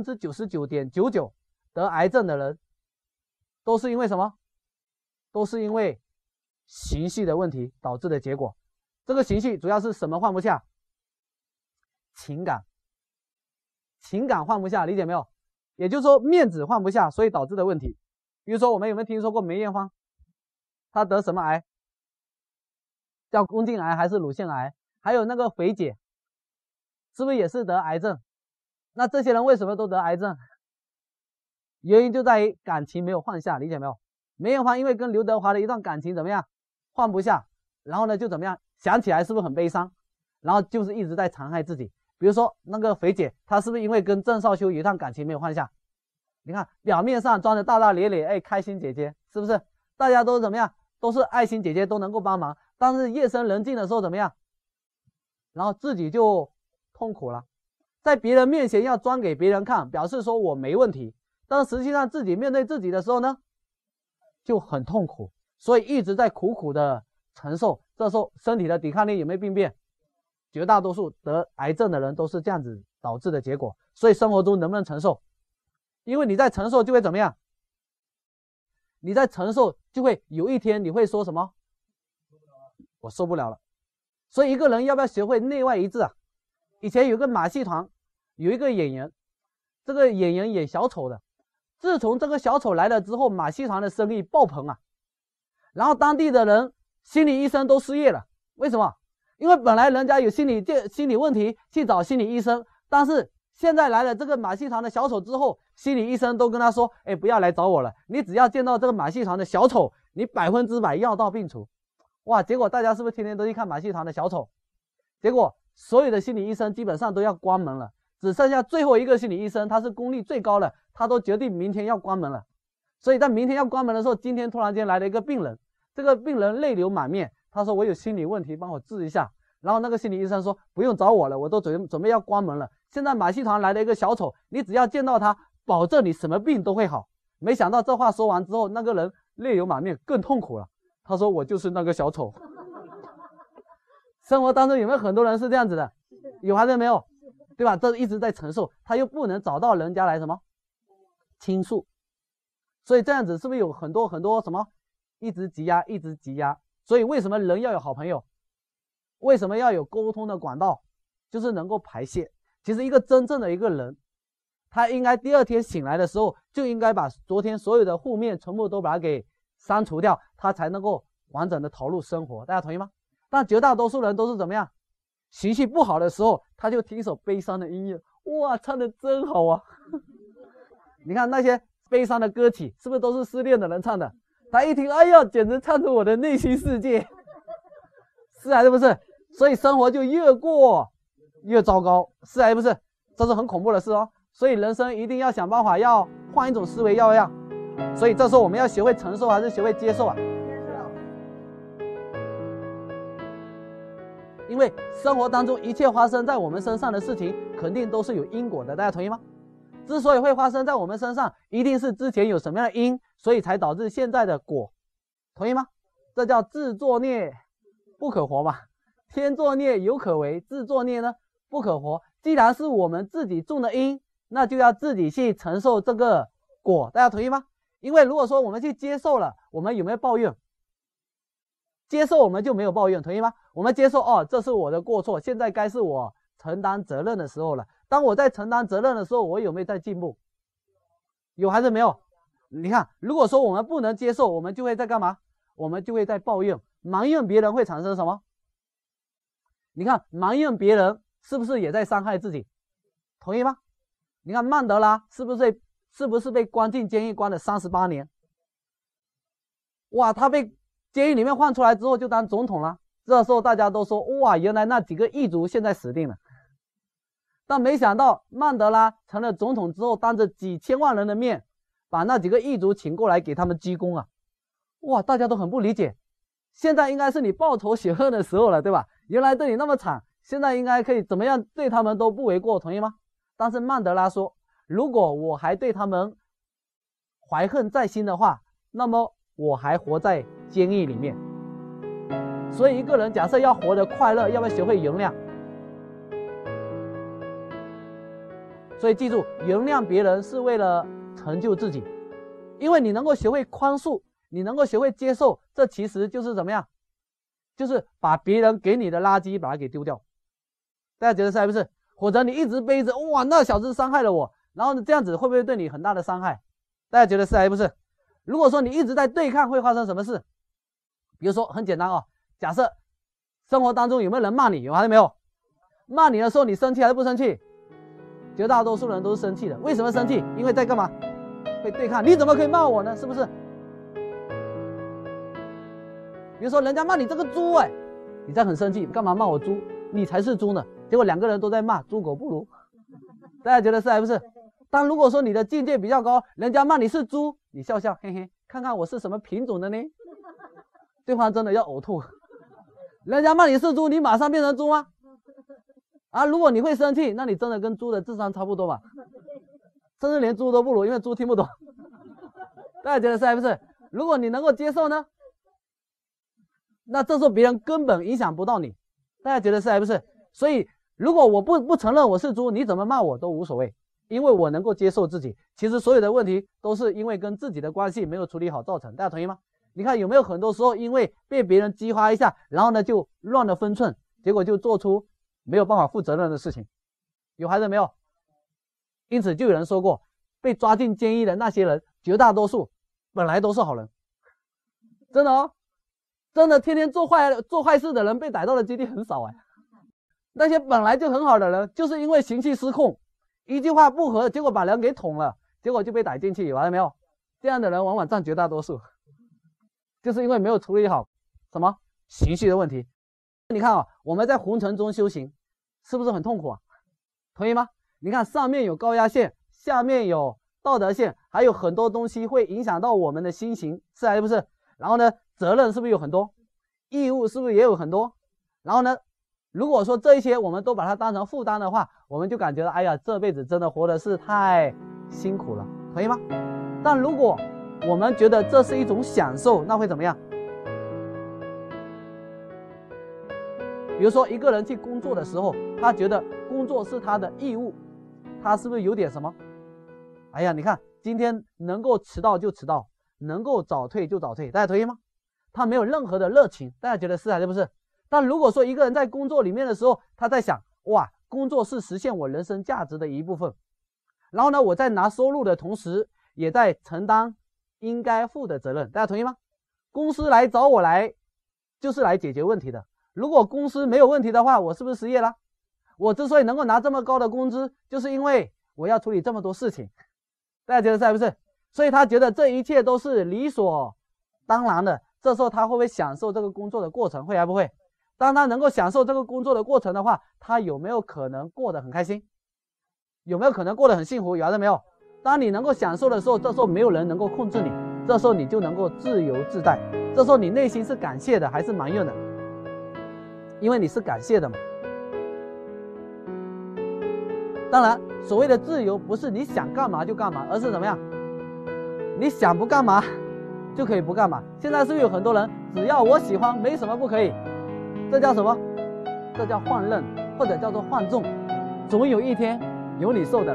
99.99%得癌症的人，都是因为什么？都是因为情绪的问题导致的结果。这个情绪主要是什么放不下？情感，情感放不下，理解没有？也就是说面子放不下，所以导致的问题。比如说我们有没有听说过梅艳芳？她得什么癌？叫宫颈癌还是乳腺癌？还有那个肥姐，是不是也是得癌症？那这些人为什么都得癌症？原因就在于感情没有放下，理解没有？梅艳芳因为跟刘德华的一段感情怎么样，放不下，然后呢就怎么样，想起来是不是很悲伤？然后就是一直在残害自己。比如说那个肥姐，她是不是因为跟郑少秋有一段感情没有放下？你看表面上装着大大咧咧，哎，开心姐姐，是不是？大家都怎么样？都是爱心姐姐，都能够帮忙。但是夜深人静的时候怎么样？然后自己就痛苦了，在别人面前要装给别人看，表示说我没问题，但实际上自己面对自己的时候呢，就很痛苦，所以一直在苦苦的承受。这时候身体的抵抗力有没有病变？绝大多数得癌症的人都是这样子导致的结果。所以生活中能不能承受？因为你在承受就会怎么样？你在承受就会有一天你会说什么？我受不了了。所以一个人要不要学会内外一致啊？以前有个马戏团有一个演员，这个演员演小丑的，自从这个小丑来了之后，马戏团的生意爆棚啊，然后当地的人心理医生都失业了。为什么？因为本来人家有心理问题去找心理医生，但是现在来了这个马戏团的小丑之后，心理医生都跟他说，哎，不要来找我了，你只要见到这个马戏团的小丑，你100%药到病除。哇，结果大家是不是天天都去看马戏团的小丑？结果所有的心理医生基本上都要关门了，只剩下最后一个心理医生，他是功力最高的，他都决定明天要关门了。所以在明天要关门的时候，今天突然间来了一个病人，这个病人泪流满面，他说我有心理问题，帮我治一下。然后那个心理医生说不用找我了，我都准备要关门了。现在马戏团来了一个小丑，你只要见到他，保证你什么病都会好。没想到这话说完之后，那个人泪流满面，更痛苦了。他说我就是那个小丑。生活当中有没有很多人是这样子的？有还是没有？对吧？这一直在承受，他又不能找到人家来什么倾诉，所以这样子是不是有很多什么一直积压，一直积压？所以为什么人要有好朋友？为什么要有沟通的管道？就是能够排泄。其实一个真正的一个人，他应该第二天醒来的时候，就应该把昨天所有的负面全部都把它给删除掉，他才能够完整的投入生活。大家同意吗？但绝大多数人都是怎么样？情绪不好的时候，他就听一首悲伤的音乐，哇，唱的真好啊！你看那些悲伤的歌曲，是不是都是失恋的人唱的？他一听，哎呀，简直唱出我的内心世界，是还是不是？所以生活就越过越糟糕，是还是不是？这是很恐怖的事哦。所以人生一定要想办法，要换一种思维，要不要？所以这时候我们要学会承受，还是学会接受啊？因为生活当中一切发生在我们身上的事情，肯定都是有因果的，大家同意吗？之所以会发生在我们身上，一定是之前有什么样的因，所以才导致现在的果，同意吗？这叫自作孽不可活嘛。天作孽犹可为，自作孽呢不可活。既然是我们自己种的因，那就要自己去承受这个果，大家同意吗？因为如果说我们去接受了，我们有没有抱怨？接受我们就没有抱怨，同意吗？我们接受，哦，这是我的过错，现在该是我承担责任的时候了。当我在承担责任的时候，我有没有在进步？有还是没有？你看，如果说我们不能接受，我们就会在干嘛？我们就会在抱怨，埋怨别人会产生什么？你看，埋怨别人是不是也在伤害自己？同意吗？你看曼德拉是不是被关进监狱关了38年？ 哇，他被监狱里面放出来之后就当总统了。这时候大家都说，哇，原来那几个狱卒现在死定了。但没想到曼德拉成了总统之后，当着几千万人的面，把那几个狱卒请过来给他们鞠躬啊！哇，大家都很不理解，现在应该是你报仇雪恨的时候了，对吧？原来对你那么惨，现在应该可以怎么样对他们都不为过，同意吗？但是曼德拉说，如果我还对他们怀恨在心的话，那么我还活在监狱里面。所以一个人假设要活得快乐，要不要学会原谅？所以记住，原谅别人是为了成就自己，因为你能够学会宽恕，你能够学会接受，这其实就是怎么样？就是把别人给你的垃圾把它给丢掉。大家觉得是还不是？或者你一直背着，哇，那小子伤害了我，然后这样子会不会对你很大的伤害？大家觉得是还不是？如果说你一直在对抗，会发生什么事？比如说很简单哦，假设生活当中有没有人骂你？有还是没有？骂你的时候你生气还是不生气？绝大多数人都是生气的。为什么生气？因为在干嘛？会对抗。你怎么可以骂我呢？是不是？比如说人家骂你这个猪，你在很生气，干嘛骂我猪？你才是猪呢。结果两个人都在骂，猪狗不如。大家觉得是还不是？但如果说你的境界比较高，人家骂你是猪，你笑笑，嘿嘿，看看我是什么品种的呢？对方真的要呕吐。人家骂你是猪，你马上变成猪吗？啊，如果你会生气，那你真的跟猪的智商差不多吧，甚至连猪都不如，因为猪听不懂。大家觉得是还不是？如果你能够接受呢，那这时候别人根本影响不到你。大家觉得是还不是？所以如果我不承认我是猪，你怎么骂我都无所谓，因为我能够接受自己。其实所有的问题都是因为跟自己的关系没有处理好造成，大家同意吗？你看有没有很多时候因为被别人激发一下，然后呢就乱了分寸，结果就做出没有办法负责任的事情？有还是没有？因此就有人说过，被抓进监狱的那些人绝大多数本来都是好人。真的哦，真的天天做坏事的人被逮到的几率很少。那些本来就很好的人，就是因为情绪失控，一句话不合，结果把人给捅了，结果就被逮进去，有还是没有？这样的人往往占绝大多数，就是因为没有处理好什么情绪的问题。你看啊，我们在红尘中修行，是不是很痛苦啊？同意吗？你看上面有高压线，下面有道德线，还有很多东西会影响到我们的心情，是还是不是？然后呢，责任是不是有很多？义务是不是也有很多？然后呢，如果说这一些我们都把它当成负担的话，我们就感觉到，哎呀，这辈子真的活的是太辛苦了，同意吗？但如果我们觉得这是一种享受，那会怎么样？比如说一个人去工作的时候，他觉得工作是他的义务，他是不是有点什么？哎呀，你看今天能够迟到就迟到，能够早退就早退，大家同意吗？他没有任何的热情，大家觉得是还是不是？但如果说一个人在工作里面的时候，他在想，哇，工作是实现我人生价值的一部分，然后呢，我在拿收入的同时，也在承担应该负的责任，大家同意吗？公司来找我来，就是来解决问题的。如果公司没有问题的话，我是不是失业了？我之所以能够拿这么高的工资，就是因为我要处理这么多事情，大家觉得是还不是？所以他觉得这一切都是理所当然的。这时候他会不会享受这个工作的过程？会还不会？当他能够享受这个工作的过程的话，他有没有可能过得很开心？有没有可能过得很幸福？有还是没有？当你能够享受的时候，这时候没有人能够控制你，这时候你就能够自由自在。这时候你内心是感谢的还是埋怨的？因为你是感谢的嘛。当然，所谓的自由不是你想干嘛就干嘛，而是怎么样？你想不干嘛就可以不干嘛。现在是不是有很多人，只要我喜欢，没什么不可以？这叫什么？这叫放任，或者叫做放纵。总有一天有你受的了。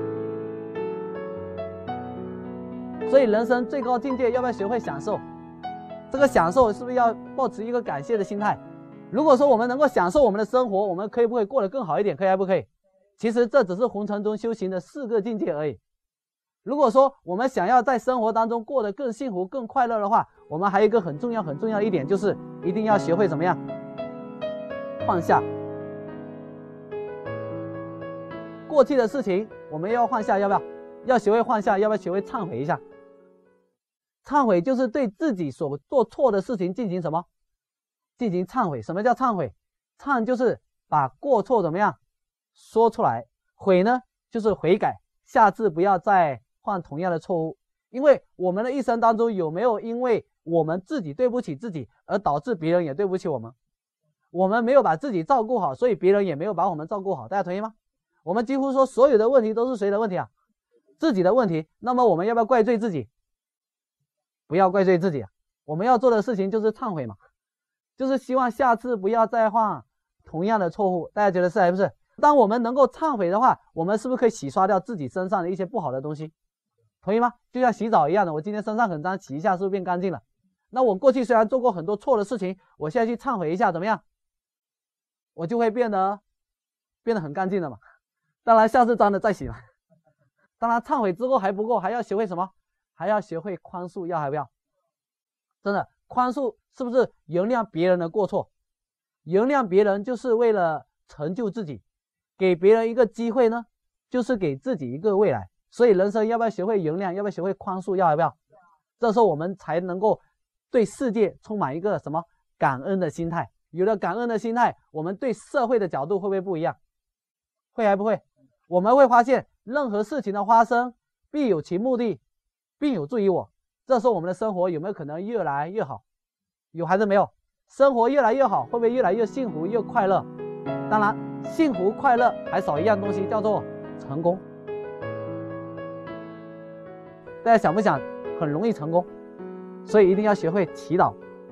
所以人生最高境界要不要学会享受？这个享受是不是要抱持一个感谢的心态？如果说我们能够享受我们的生活，我们可以不可以过得更好一点？可以还不可以？其实这只是红尘中修行的4个境界而已。如果说我们想要在生活当中过得更幸福、更快乐的话，我们还有一个很重要的一点，就是一定要学会怎么样？放下。过去的事情我们要放下，要不要？要学会放下，要不要学会忏悔一下？ 忏悔就是对自己所做错的事情进行什么？进行忏悔。什么叫忏悔？忏就是把过错怎么样说出来，悔呢就是悔改，下次不要再犯同样的错误。因为我们的一生当中有没有因为我们自己对不起自己而导致别人也对不起我们？我们没有把自己照顾好，所以别人也没有把我们照顾好，大家同意吗？我们几乎说所有的问题都是谁的问题啊？自己的问题。那么我们要不要怪罪自己？不要怪罪自己，我们要做的事情就是忏悔嘛，就是希望下次不要再犯同样的错误。大家觉得是还不是？当我们能够忏悔的话，我们是不是可以洗刷掉自己身上的一些不好的东西？同意吗？就像洗澡一样的，我今天身上很脏，洗一下是不是变干净了？那我过去虽然做过很多错的事情，我现在去忏悔一下怎么样？我就会变得很干净了嘛。当然下次脏的再洗嘛。当然忏悔之后还不够，还要学会什么？还要学会宽恕，要还不要？真的，宽恕是不是原谅别人的过错？原谅别人就是为了成就自己，给别人一个机会呢，就是给自己一个未来。所以人生要不要学会原谅？要不要学会宽恕？要还不要？这时候我们才能够对世界充满一个什么感恩的心态。有了感恩的心态，我们对社会的角度会不会不一样？会还不会？我们会发现任何事情的发生必有其目的，并有助于我。这时候我们的生活有没有可能越来越好？有还是没有？生活越来越好，会不会越来越幸福越快乐？当然幸福快乐还少一样东西，叫做成功。大家想不想很容易成功？所以一定要学会祈祷。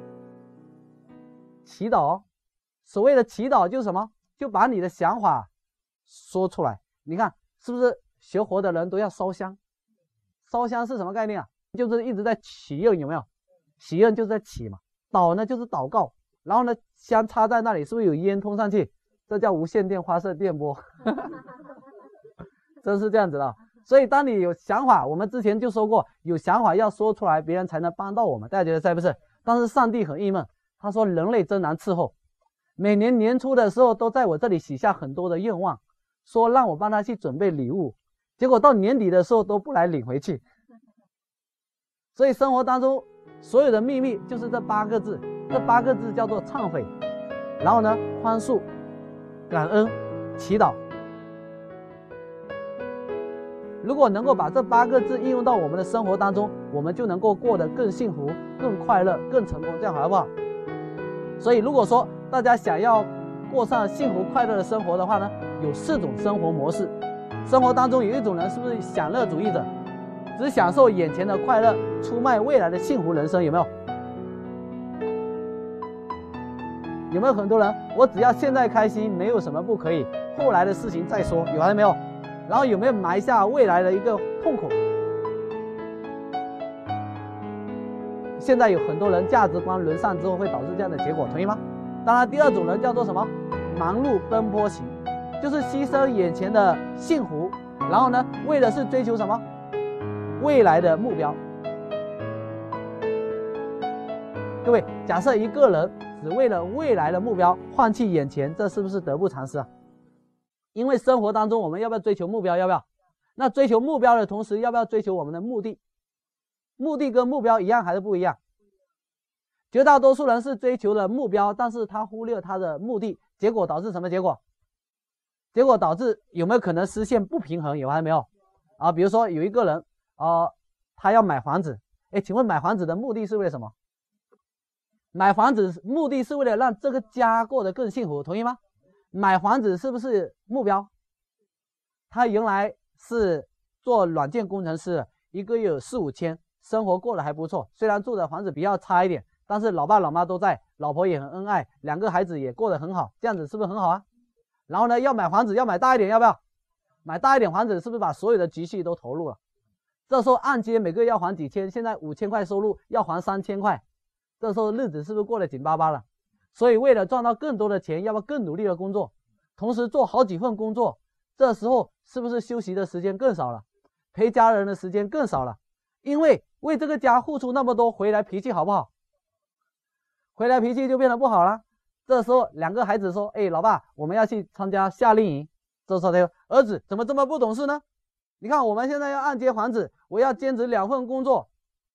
祈祷哦，所谓的祈祷就是什么？就把你的想法说出来。你看是不是学佛的人都要烧香？烧香是什么概念啊？就是一直在祈愿，有没有？祈愿就是在祈嘛，祷呢就是祷告，然后呢香插在那里，是不是有烟通上去？这叫无线电发射电波。真是这样子的。所以当你有想法，我们之前就说过，有想法要说出来，别人才能帮到我们。大家觉得是不是？但是上帝很郁闷，他说人类真难伺候，每年年初的时候都在我这里许下很多的愿望，说让我帮他去准备礼物，结果到年底的时候都不来领回去。所以生活当中所有的秘密就是这8个字，这8个字叫做忏悔，然后呢宽恕、感恩、祈祷。如果能够把这8个字应用到我们的生活当中，我们就能够过得更幸福、更快乐、更成功，这样好不好？所以如果说大家想要过上幸福快乐的生活的话呢，有4种生活模式。生活当中有一种人是不是享乐主义者，只享受眼前的快乐，出卖未来的幸福人生？有没有？有没有很多人，我只要现在开心，没有什么不可以，后来的事情再说？有还是没有？然后有没有埋下未来的一个痛苦？现在有很多人价值观沦丧之后会导致这样的结果，同意吗？当然第2种人叫做什么？忙碌奔波型，就是牺牲眼前的幸福，然后呢为的是追求什么？未来的目标。各位，假设一个人只为了未来的目标放弃眼前，这是不是得不偿失啊？因为生活当中我们要不要追求目标？要不要？那追求目标的同时，要不要追求我们的目的？目的跟目标一样还是不一样？绝大多数人是追求了目标，但是他忽略他的目的，结果导致什么结果？结果导致有没有可能实现不平衡？有还是没有？啊，比如说有一个人他要买房子，请问买房子的目的是为了什么？买房子目的是为了让这个家过得更幸福，同意吗？买房子是不是目标？他原来是做软件工程师，一个月有4、5千，生活过得还不错，虽然住的房子比较差一点，但是老爸老妈都在，老婆也很恩爱，2个孩子也过得很好，这样子是不是很好啊？然后呢要买房子要买大一点，要不要？买大一点房子是不是把所有的积蓄都投入了？这时候按揭每个月要还几千，现在5000块收入要还3000块，这时候日子是不是过得紧巴巴了？所以为了赚到更多的钱，要不要更努力的工作，同时做好几份工作？这时候是不是休息的时间更少了，陪家人的时间更少了？因为为这个家付出那么多，回来脾气好不好？回来脾气就变得不好了。这时候2个孩子说，老爸，我们要去参加夏令营。这时候他说，儿子怎么这么不懂事呢？你看我们现在要按揭房子，我要兼职2份工作，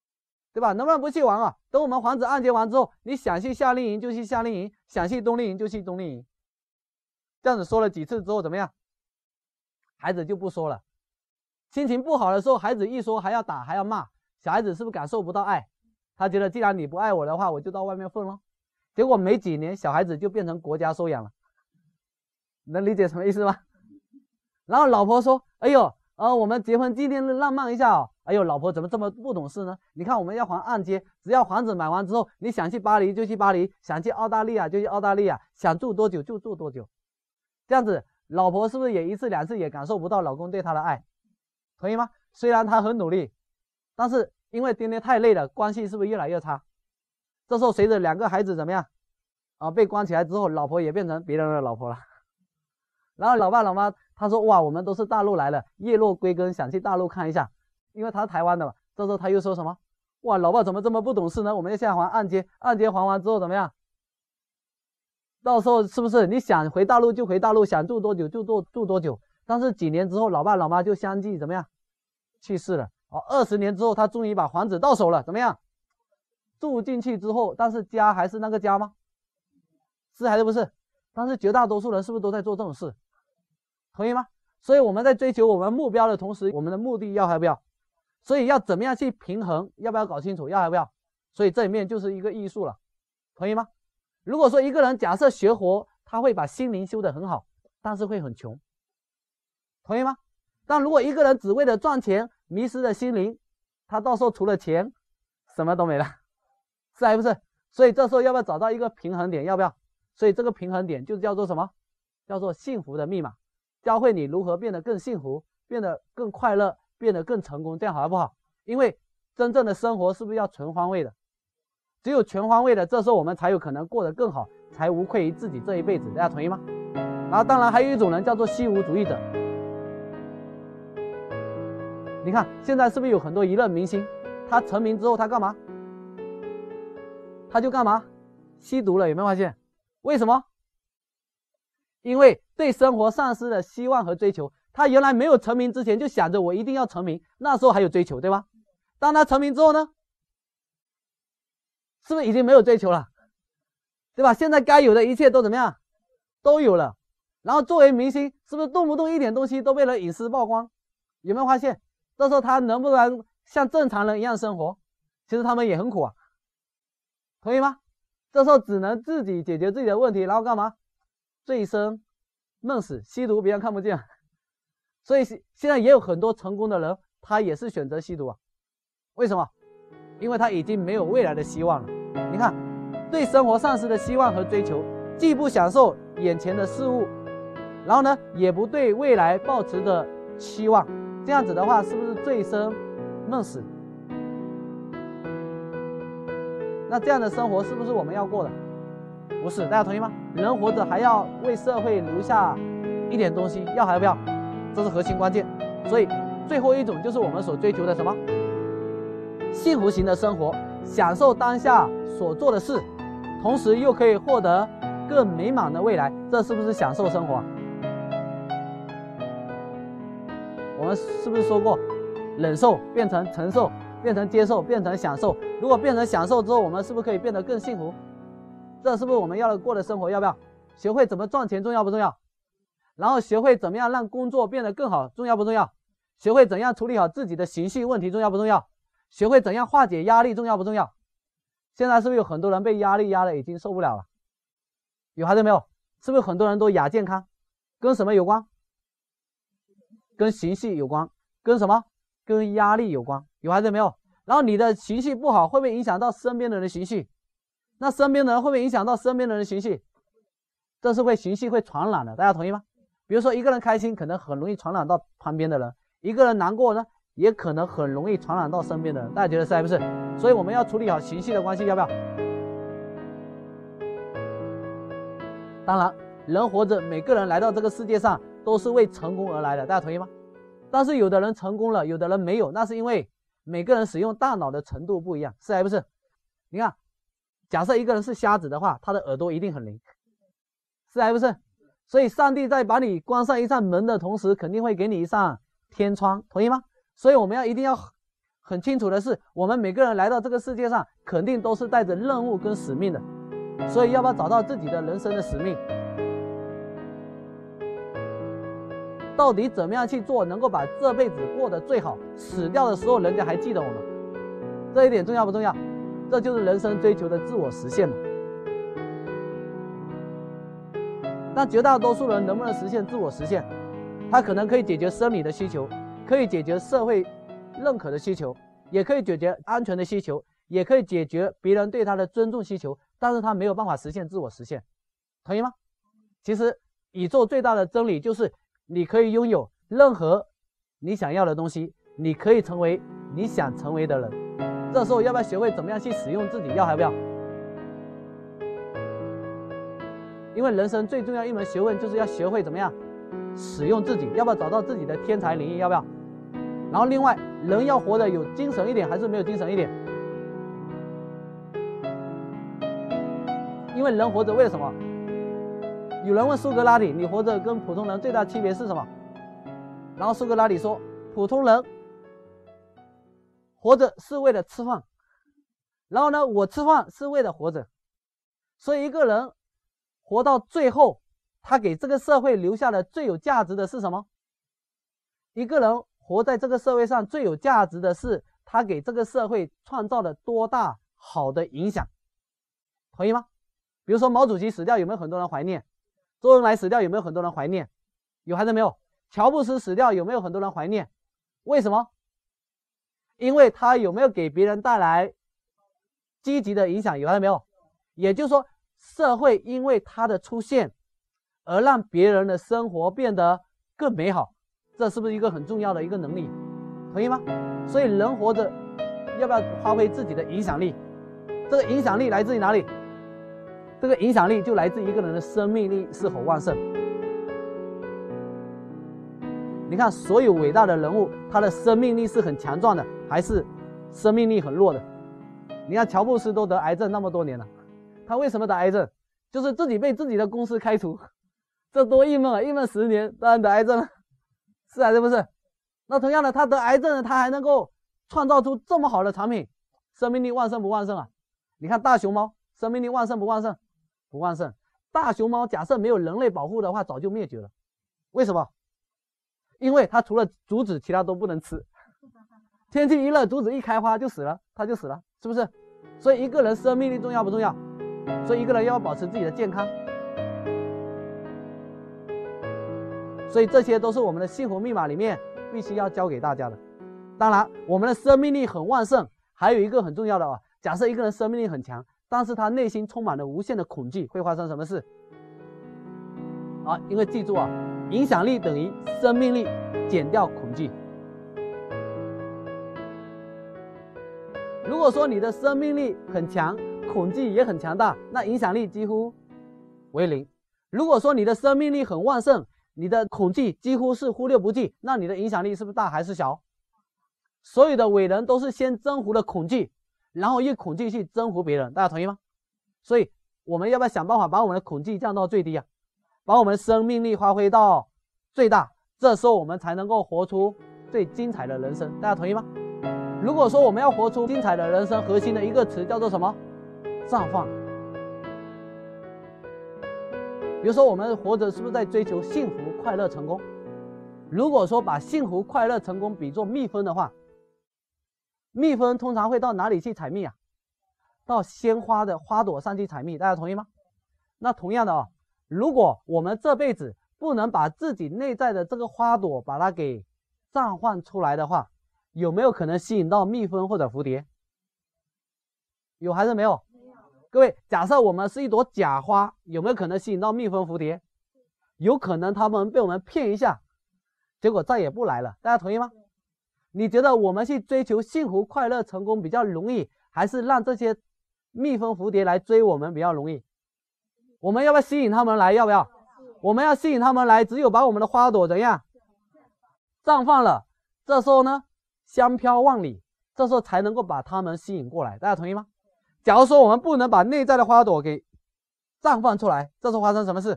对吧？能不能不去玩啊？等我们皇子按揭完之后，你想去夏令营就去夏令营，想去冬令营就去冬令营。这样子说了几次之后怎么样？孩子就不说了。心情不好的时候，孩子一说还要打还要骂，小孩子是不是感受不到爱？他觉得既然你不爱我的话，我就到外面混了。结果没几年，小孩子就变成国家收养了。能理解什么意思吗？然后老婆说：“哎呦，我们结婚纪念日浪漫一下哦。”哎呦，老婆怎么这么不懂事呢？你看我们要还按揭，只要房子买完之后，你想去巴黎就去巴黎，想去澳大利亚就去澳大利亚，想住多久就住多久。这样子，老婆是不是也一次两次也感受不到老公对她的爱？同意吗？虽然她很努力，但是因为天天太累了，关系是不是越来越差？这时候随着2个孩子怎么样被关起来之后，老婆也变成别人的老婆了。然后老爸老妈他说：“哇，我们都是大陆来的，叶落归根，想去大陆看一下。”因为他是台湾的嘛。这时候他又说什么？哇，老爸怎么这么不懂事呢？我们现在还按揭，按揭还完之后怎么样？到时候是不是你想回大陆就回大陆，想住多久就住多久？但是几年之后，老爸老妈就相继怎么样？去世了。20年之后，他终于把房子到手了，怎么样？住进去之后，但是家还是那个家吗？是还是不是？但是绝大多数人是不是都在做这种事？同意吗？所以我们在追求我们目标的同时，我们的目的要还不要？所以要怎么样去平衡，要不要搞清楚？要还不要？所以这里面就是一个艺术了，同意吗？如果说一个人假设学佛，他会把心灵修得很好，但是会很穷，同意吗？但如果一个人只为了赚钱，迷失了心灵，他到时候除了钱什么都没了，是还不是？所以这时候要不要找到一个平衡点？要不要？所以这个平衡点就叫做什么？叫做幸福的密码，教会你如何变得更幸福，变得更快乐，变得更成功，这样好不好？因为真正的生活是不是要全方位的？只有全方位的，这时候我们才有可能过得更好，才无愧于自己这一辈子，大家同意吗？然后当然还有一种人叫做虚无主义者。你看现在是不是有很多娱乐明星，他成名之后他干嘛？他就干嘛？吸毒了，有没有发现？为什么？因为对生活丧失了希望和追求。他原来没有成名之前就想着我一定要成名，那时候还有追求，对吧？当他成名之后呢，是不是已经没有追求了？对吧？现在该有的一切都怎么样？都有了。然后作为明星，是不是动不动一点东西都被人隐私曝光？有没有发现？这时候他能不能像正常人一样生活？其实他们也很苦啊，同意吗？这时候只能自己解决自己的问题，然后干嘛？醉生梦死，吸毒别人看不见。所以现在也有很多成功的人，他也是选择吸毒啊。为什么？因为他已经没有未来的希望了。你看，对生活丧失的希望和追求，既不享受眼前的事物，然后呢，也不对未来抱持着期望，这样子的话，是不是醉生梦死？那这样的生活是不是我们要过的？不是，大家同意吗？人活着还要为社会留下一点东西，要还不要？这是核心关键。所以最后一种就是我们所追求的什么？幸福型的生活，享受当下所做的事，同时又可以获得更美满的未来，这是不是享受生活？我们是不是说过，忍受变成承受，变成接受，变成享受？如果变成享受之后，我们是不是可以变得更幸福？这是不是我们要过的生活？要不要？学会怎么赚钱重要不重要？然后学会怎么样让工作变得更好，重要不重要？学会怎样处理好自己的情绪问题，重要不重要？学会怎样化解压力，重要不重要？现在是不是有很多人被压力压得已经受不了了？有还是没有？是不是很多人都亚健康？跟什么有关？跟情绪有关。跟什么？跟压力有关。有还是没有？然后你的情绪不好，会不会影响到身边的人的情绪？那身边的人会不会影响到身边的人的情绪？这是情绪会传染的，大家同意吗？比如说一个人开心，可能很容易传染到旁边的人；一个人难过呢，也可能很容易传染到身边的人。大家觉得是还不是？所以我们要处理好情绪的关系，要不要？当然，人活着，每个人来到这个世界上都是为成功而来的，大家同意吗？但是有的人成功了，有的人没有，那是因为每个人使用大脑的程度不一样，是还不是？你看，假设一个人是瞎子的话，他的耳朵一定很灵，是还不是？所以上帝在把你关上一扇门的同时，肯定会给你一扇天窗，同意吗？所以我们一定要很清楚的是，我们每个人来到这个世界上，肯定都是带着任务跟使命的。所以要不要找到自己的人生的使命？到底怎么样去做，能够把这辈子过得最好，死掉的时候人家还记得我们，这一点重要不重要？这就是人生追求的自我实现嘛。但绝大多数人能不能实现自我实现？他可能可以解决生理的需求，可以解决社会认可的需求，也可以解决安全的需求，也可以解决别人对他的尊重需求，但是他没有办法实现自我实现，同意吗？其实宇宙最大的真理就是你可以拥有任何你想要的东西，你可以成为你想成为的人。这时候要不要学会怎么样去使用自己？要还不要？因为人生最重要一门学问就是要学会怎么样使用自己，要不要找到自己的天才领域？要不要？然后另外，人要活得有精神一点还是没有精神一点？因为人活着为了什么？有人问苏格拉底，你活着跟普通人最大区别是什么？然后苏格拉底说，普通人活着是为了吃饭，然后呢，我吃饭是为了活着。所以一个人活到最后，他给这个社会留下的最有价值的是什么？一个人活在这个社会上最有价值的是他给这个社会创造了多大好的影响，同意吗？比如说毛主席死掉，有没有很多人怀念？周恩来死掉，有没有很多人怀念？有还是没有？乔布斯死掉，有没有很多人怀念？为什么？因为他有没有给别人带来积极的影响？有还是没有？也就是说，社会因为他的出现而让别人的生活变得更美好，这是不是一个很重要的一个能力？同意吗？所以人活着要不要发挥自己的影响力？这个影响力来自于哪里？这个影响力就来自一个人的生命力是否旺盛。你看所有伟大的人物，他的生命力是很强壮的，还是生命力很弱的？你看乔布斯都得癌症那么多年了，他为什么得癌症？就是自己被自己的公司开除，这多郁闷啊！郁闷10年，当然得癌症了，是还是不是？那同样的，他得癌症了，他还能够创造出这么好的产品，生命力旺盛不旺盛啊？你看大熊猫，生命力旺盛不旺盛？不旺盛。大熊猫假设没有人类保护的话，早就灭绝了。为什么？因为它除了竹子，其他都不能吃。天气一热，竹子一开花就死了，它就死了，是不是？所以一个人生命力重要不重要？所以一个人要保持自己的健康。所以这些都是我们的幸福密码里面必须要教给大家的。当然，我们的生命力很旺盛，还有一个很重要的啊，假设一个人生命力很强，但是他内心充满了无限的恐惧，会发生什么事？啊，因为记住啊，影响力等于生命力减掉恐惧。如果说你的生命力很强，恐惧也很强大，那影响力几乎为零。如果说你的生命力很旺盛，你的恐惧几乎是忽略不计，那你的影响力是不是大还是小？所有的伟人都是先征服了恐惧，然后用恐惧去征服别人，大家同意吗？所以我们要不要想办法把我们的恐惧降到最低啊？把我们的生命力发挥到最大，这时候我们才能够活出最精彩的人生，大家同意吗？如果说我们要活出精彩的人生，核心的一个词叫做什么？绽放。比如说我们活着是不是在追求幸福、快乐、成功？如果说把幸福、快乐、成功比作蜜蜂的话，蜜蜂通常会到哪里去采蜜啊？到鲜花的花朵上去采蜜，大家同意吗？那同样的啊，如果我们这辈子不能把自己内在的这个花朵把它给绽放出来的话，有没有可能吸引到蜜蜂或者蝴蝶？有还是没有？各位，假设我们是一朵假花，有没有可能吸引到蜜蜂蝴蝶？有可能他们被我们骗一下，结果再也不来了，大家同意吗？你觉得我们去追求幸福、快乐、成功比较容易，还是让这些蜜蜂蝴蝶来追我们比较容易？我们要不要吸引他们来？要不要？我们要吸引他们来，只有把我们的花朵怎样绽放了，这时候呢，香飘万里，这时候才能够把他们吸引过来，大家同意吗？假如说我们不能把内在的花朵给绽放出来，这时候发生什么事？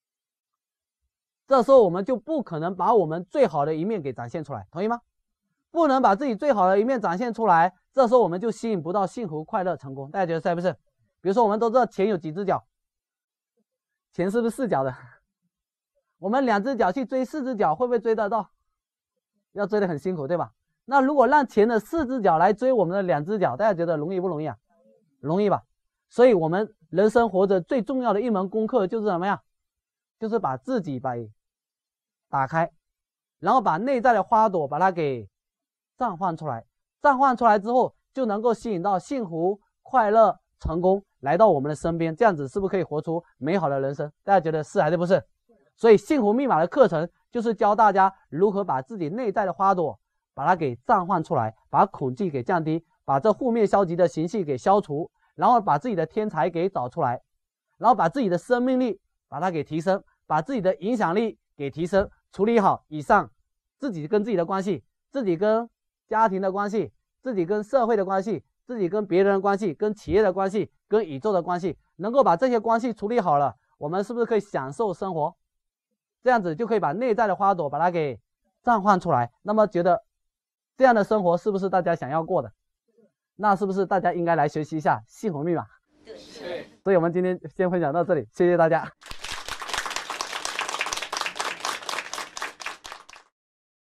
这时候我们就不可能把我们最好的一面给展现出来，同意吗？ 不能把自己最好的一面展现出来，这时候我们就吸引不到幸福、快乐、成功。大家觉得是不是？比如说我们都知道钱有几只脚，钱是不是四脚的？我们2只脚去追4只脚，会不会追得到？要追得很辛苦，对吧？那如果让钱的4只脚来追我们的2只脚，大家觉得容易不容易啊？容易吧？所以我们人生活着最重要的一门功课就是什么呀？就是把自己打开，然后把内在的花朵把它给绽放出来，绽放出来之后就能够吸引到幸福、快乐、成功来到我们的身边，这样子是不是可以活出美好的人生？大家觉得是还是不是？所以幸福密码的课程就是教大家如何把自己内在的花朵把它给绽放出来，把恐惧给降低，把这负面消极的情绪给消除，然后把自己的天才给找出来，然后把自己的生命力把它给提升，把自己的影响力给提升，处理好以上自己跟自己的关系，自己跟家庭的关系，自己跟社会的关系，自己跟别人的关系，跟企业的关系，跟宇宙的关系，能够把这些关系处理好了，我们是不是可以享受生活？这样子就可以把内在的花朵把它给绽放出来。那么觉得这样的生活是不是大家想要过的？那是不是大家应该来学习一下幸福密码？对。所以我们今天先分享到这里，谢谢大家。